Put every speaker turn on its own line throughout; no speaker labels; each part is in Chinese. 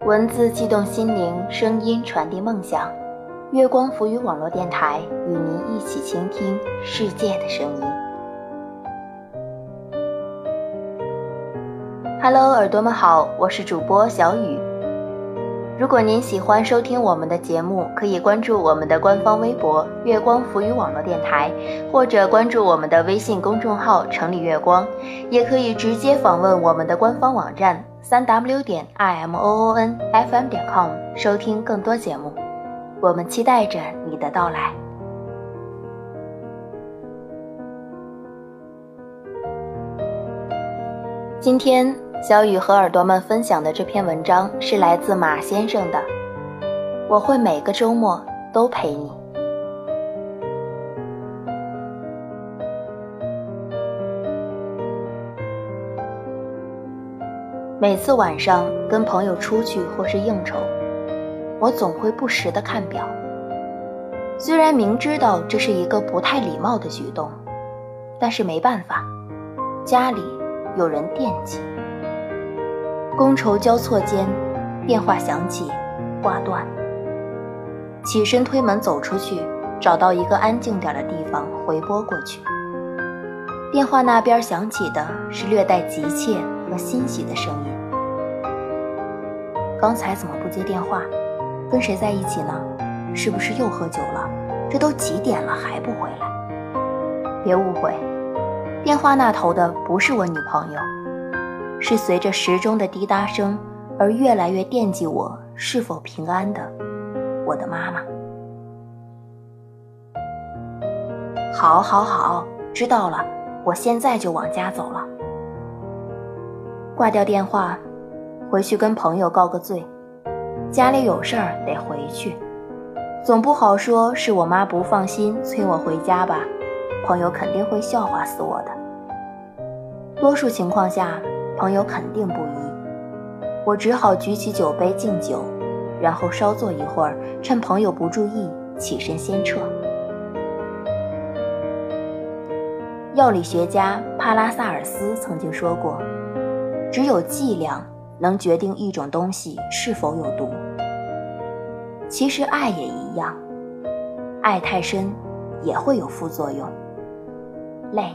文字激动心灵，声音传递梦想。月光浮语网络电台与您一起倾听世界的声音。Hello， 耳朵们好，我是主播小雨。如果您喜欢收听我们的节目，可以关注我们的官方微博月光浮语网络电台，或者关注我们的微信公众号城里月光，也可以直接访问我们的官方网站3w.imoonfm.com 收听更多节目。我们期待着你的到来。今天小雨和耳朵们分享的这篇文章是来自马先生的，我会每个周末都陪你。每次晚上跟朋友出去或是应酬，我总会不时地看表，虽然明知道这是一个不太礼貌的举动，但是没办法，家里有人惦记。觥筹交错间，电话响起，挂断。起身推门走出去，找到一个安静点的地方回拨过去。电话那边响起的是略带急切和欣喜的声音。刚才怎么不接电话？跟谁在一起呢？是不是又喝酒了？这都几点了还不回来？别误会，电话那头的不是我女朋友，是随着时钟的滴答声而越来越惦记我是否平安的我的妈妈。好，知道了，我现在就往家走了。挂掉电话，回去跟朋友告个罪，家里有事儿得回去，总不好说是我妈不放心催我回家吧，朋友肯定会笑话死我的。多数情况下朋友肯定不依，我只好举起酒杯敬酒，然后稍坐一会儿，趁朋友不注意起身先撤。药理学家帕拉萨尔斯曾经说过，只有剂量能决定一种东西是否有毒。其实爱也一样，爱太深也会有副作用，累。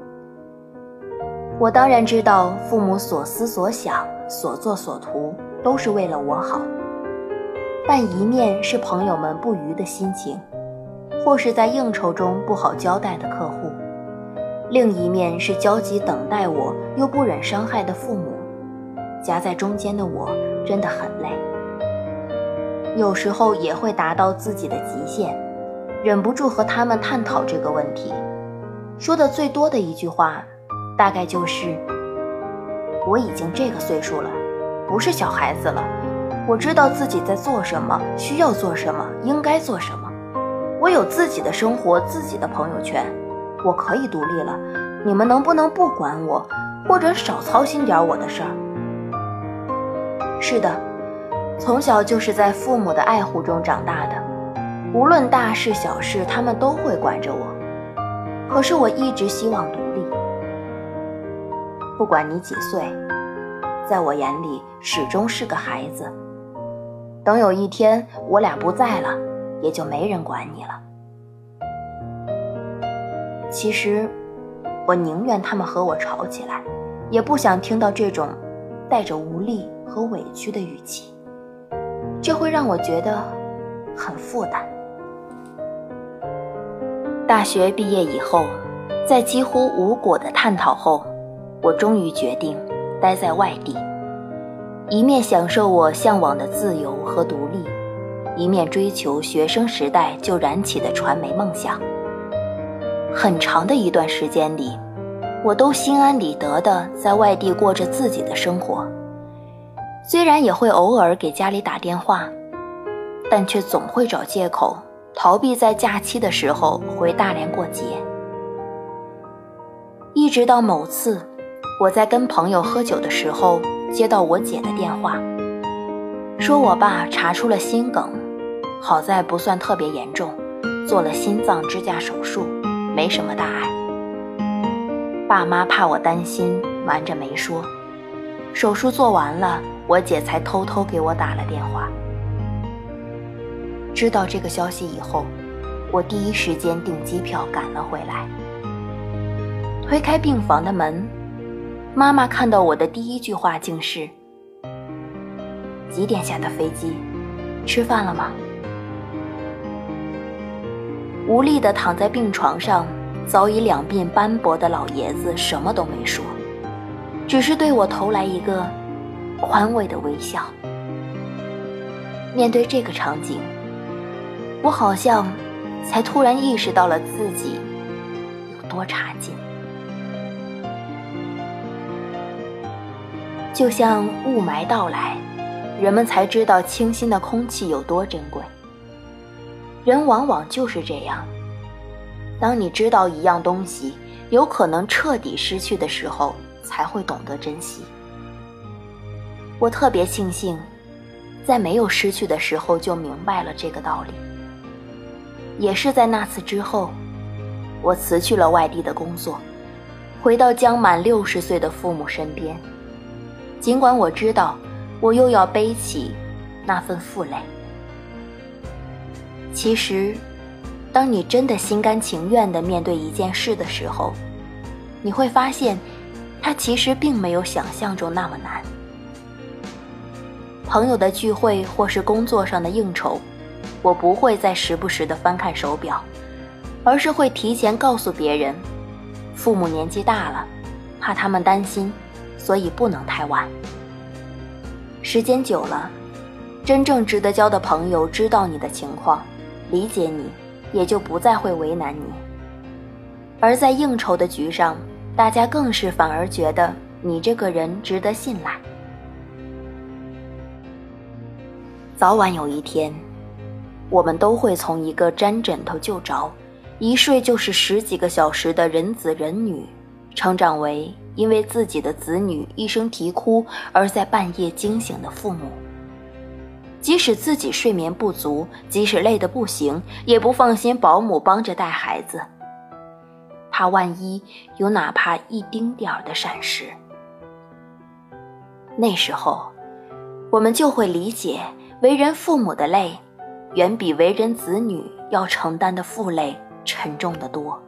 我当然知道父母所思所想所作所图都是为了我好，但一面是朋友们不愉的心情，或是在应酬中不好交代的客户，另一面是焦急等待我又不忍伤害的父母，夹在中间的我真的很累。有时候也会达到自己的极限，忍不住和他们探讨这个问题，说的最多的一句话大概就是我已经这个岁数了，不是小孩子了，我知道自己在做什么，需要做什么，应该做什么，我有自己的生活，自己的朋友圈，我可以独立了，你们能不能不管我，或者少操心点我的事儿？是的，从小就是在父母的爱护中长大的，无论大事小事他们都会管着我，可是我一直希望独立。不管你几岁，在我眼里始终是个孩子，等有一天我俩不在了，也就没人管你了。其实我宁愿他们和我吵起来，也不想听到这种带着无力和委屈的语气，这会让我觉得很负担。大学毕业以后，在几乎无果的探讨后，我终于决定待在外地，一面享受我向往的自由和独立，一面追求学生时代就燃起的传媒梦想。很长的一段时间里，我都心安理得地在外地过着自己的生活，虽然也会偶尔给家里打电话，但却总会找借口逃避在假期的时候回大连过节。一直到某次我在跟朋友喝酒的时候接到我姐的电话，说我爸查出了心梗，好在不算特别严重，做了心脏支架手术，没什么大碍。爸妈怕我担心，瞒着没说。手术做完了， 我姐才偷偷给我打了电话。知道这个消息以后，我第一时间订机票赶了回来。推开病房的门，妈妈看到我的第一句话竟是：几点下的飞机？吃饭了吗？无力地躺在病床上，早已两鬓斑驳的老爷子什么都没说，只是对我投来一个宽慰的微笑。面对这个场景，我好像才突然意识到了自己有多差劲。就像雾霾到来，人们才知道清新的空气有多珍贵。人往往就是这样，当你知道一样东西有可能彻底失去的时候，才会懂得珍惜。我特别庆幸，在没有失去的时候就明白了这个道理。也是在那次之后，我辞去了外地的工作，回到将满60岁的父母身边。尽管我知道，我又要背起那份负累。其实，当你真的心甘情愿地面对一件事的时候，你会发现，它其实并没有想象中那么难。朋友的聚会或是工作上的应酬，我不会再时不时地翻看手表，而是会提前告诉别人，父母年纪大了，怕他们担心，所以不能太晚。时间久了，真正值得交的朋友知道你的情况，理解你，也就不再会为难你。而在应酬的局上，大家更是反而觉得你这个人值得信赖。早晚有一天，我们都会从一个沾枕头就着，一睡就是10几个小时的人子人女，成长为因为自己的子女一声啼哭而在半夜惊醒的父母。即使自己睡眠不足，即使累得不行，也不放心保姆帮着带孩子，怕万一有哪怕一丁点儿的闪失。那时候，我们就会理解，为人父母的累，远比为人子女要承担的负累沉重得多。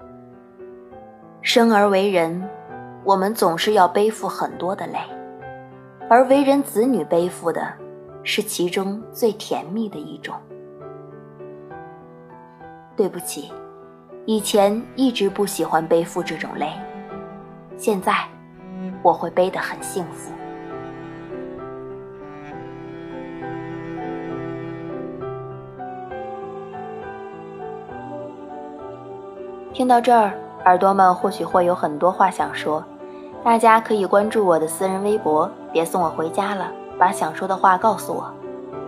生而为人，我们总是要背负很多的累，而为人子女背负的是其中最甜蜜的一种。对不起，以前一直不喜欢背负这种累，现在我会背得很幸福。听到这儿，耳朵们或许会有很多话想说，大家可以关注我的私人微博，别送我回家了，把想说的话告诉我。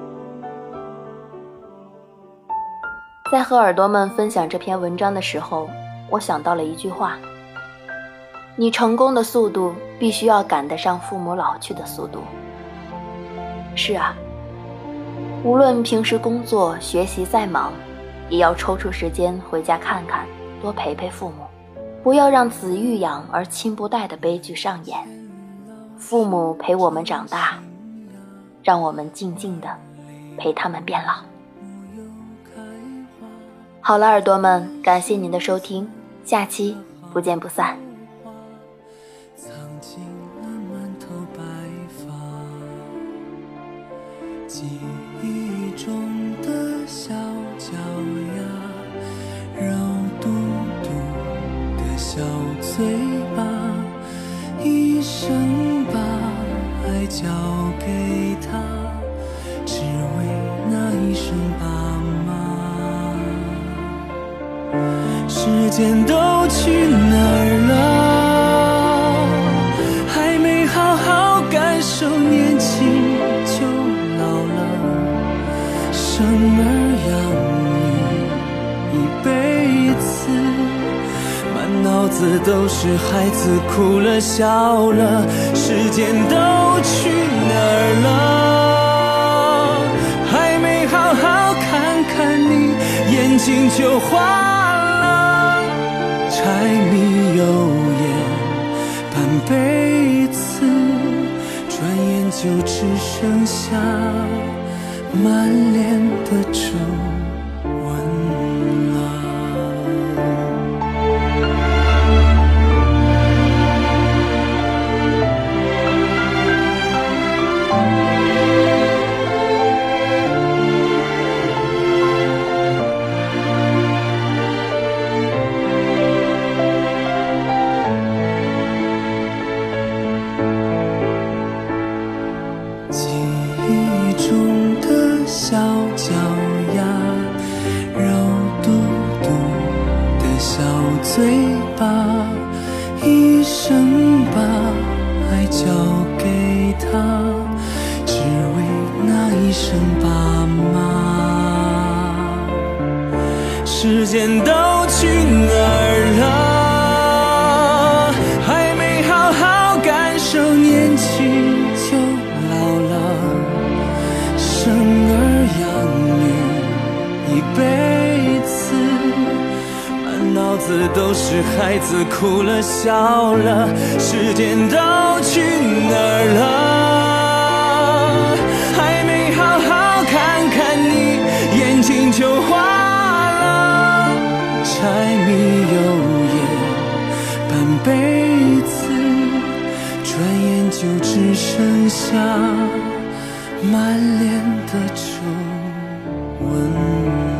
在和耳朵们分享这篇文章的时候，我想到了一句话：你成功的速度必须要赶得上父母老去的速度。是啊，无论平时工作学习再忙，也要抽出时间回家看看，多陪陪父母，不要让子欲养而亲不待的悲剧上演。父母陪我们长大，让我们静静地陪他们变老。好了，耳朵们，感谢您的收听，下期不见不散。
藏进了满头白发，记忆中的小脚丫，肉嘟嘟的小嘴巴，一生把爱交给他，只为那一声爸妈。时间都去哪儿了？还没好好感受年轻就老了，生儿养女一辈子，满脑子都是孩子哭了笑了，时间都去哪儿了？还没好好看看你，眼睛就花了，柴米油盐半辈子，转眼就只剩下满脸的皱纹了。记忆中的小脚丫，肉嘟嘟的小嘴巴，一生把爱交给他，只为那一声爸妈。时间都去哪儿了？还没好好感受年轻就老了，生儿养女一辈子，满脑子都是孩子哭了笑了，时间都去哪儿了？还没好好看看你，眼睛就花了，柴米油盐半辈子，转眼就只剩下满脸的皱纹。